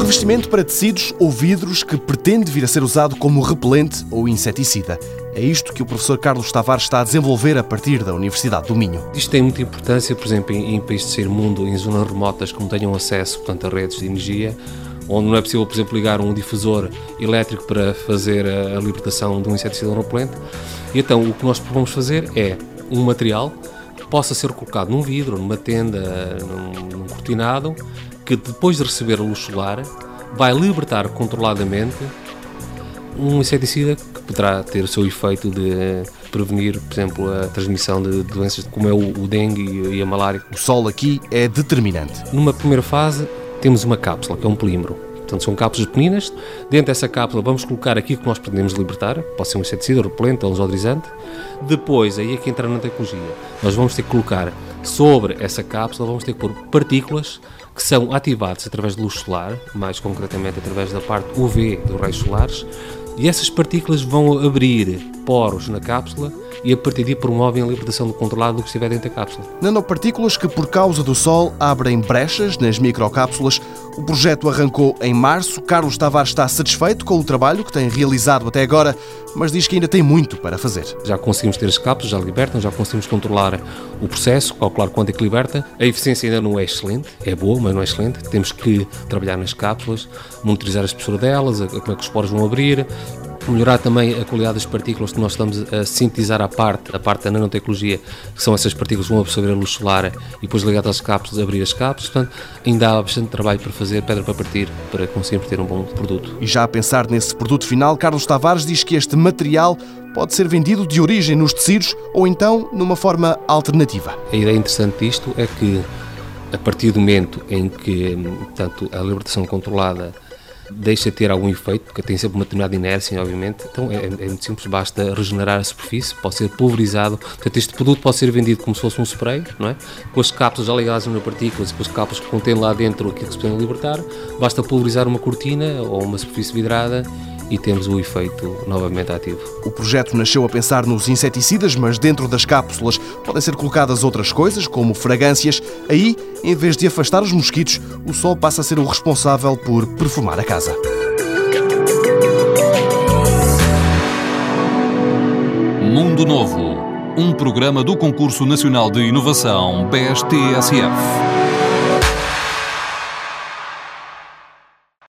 revestimento para tecidos ou vidros que pretende vir a ser usado como repelente ou inseticida. É isto que o professor Carlos Tavares está a desenvolver a partir da Universidade do Minho. Isto tem muita importância, por exemplo, em países de terceiro mundo, em zonas remotas que não tenham acesso, portanto, a redes de energia, onde não é possível, por exemplo, ligar um difusor elétrico para fazer a libertação de um inseticida ou um repelente. E então, o que nós vamos fazer é um material que possa ser colocado num vidro, numa tenda, num cortinado, que depois de receber a luz solar vai libertar controladamente um inseticida que poderá ter o seu efeito de prevenir, por exemplo, a transmissão de doenças como é o dengue e a malária. O sol aqui é determinante. Numa primeira fase temos uma cápsula, que é um polímero. Portanto, são cápsulas pequeninas. Dentro dessa cápsula vamos colocar aquilo que nós pretendemos libertar, pode ser um inseticida, repelente ou um desodorizante. Depois, aí é que entra a nanotecnologia. Nós vamos ter que colocar sobre essa cápsula, vamos ter que pôr partículas que são ativadas através de luz solar, mais concretamente através da parte UV dos raios solares, e essas partículas vão abrir poros na cápsula e a partir daí promovem a libertação controlada do que estiver dentro da cápsula. Nanopartículas que, por causa do sol, abrem brechas nas microcápsulas. O projeto arrancou em março. Carlos Tavares está satisfeito com o trabalho que tem realizado até agora, mas diz que ainda tem muito para fazer. Já conseguimos ter as cápsulas, já libertam, já conseguimos controlar o processo, calcular quanto é que liberta. A eficiência ainda não é excelente, é boa, mas não é excelente. Temos que trabalhar nas cápsulas, monitorizar a espessura delas, como é que os poros vão abrir, melhorar também a qualidade das partículas que nós estamos a sintetizar a parte da nanotecnologia, que são essas partículas que vão absorver a luz solar e depois ligadas às cápsulas, abrir as cápsulas. Portanto, ainda há bastante trabalho para fazer, pedra para partir, para conseguirmos ter um bom produto. E já a pensar nesse produto final, Carlos Tavares diz que este material pode ser vendido de origem nos tecidos ou então numa forma alternativa. A ideia interessante disto é que, a partir do momento em que, portanto, a libertação controlada deixa de ter algum efeito, porque tem sempre uma determinada inércia, obviamente, então é muito simples, basta regenerar a superfície, pode ser pulverizado. Portanto, este produto pode ser vendido como se fosse um spray, não é? Com as cápsulas já ligadas nas partículas e com as cápsulas que contêm lá dentro aquilo que se podem libertar, basta pulverizar uma cortina ou uma superfície vidrada e temos o efeito novamente ativo. O projeto nasceu a pensar nos inseticidas, mas dentro das cápsulas podem ser colocadas outras coisas, como fragrâncias. Aí, em vez de afastar os mosquitos, o sol passa a ser o responsável por perfumar a casa. Mundo Novo, um programa do Concurso Nacional de Inovação BES-TSF.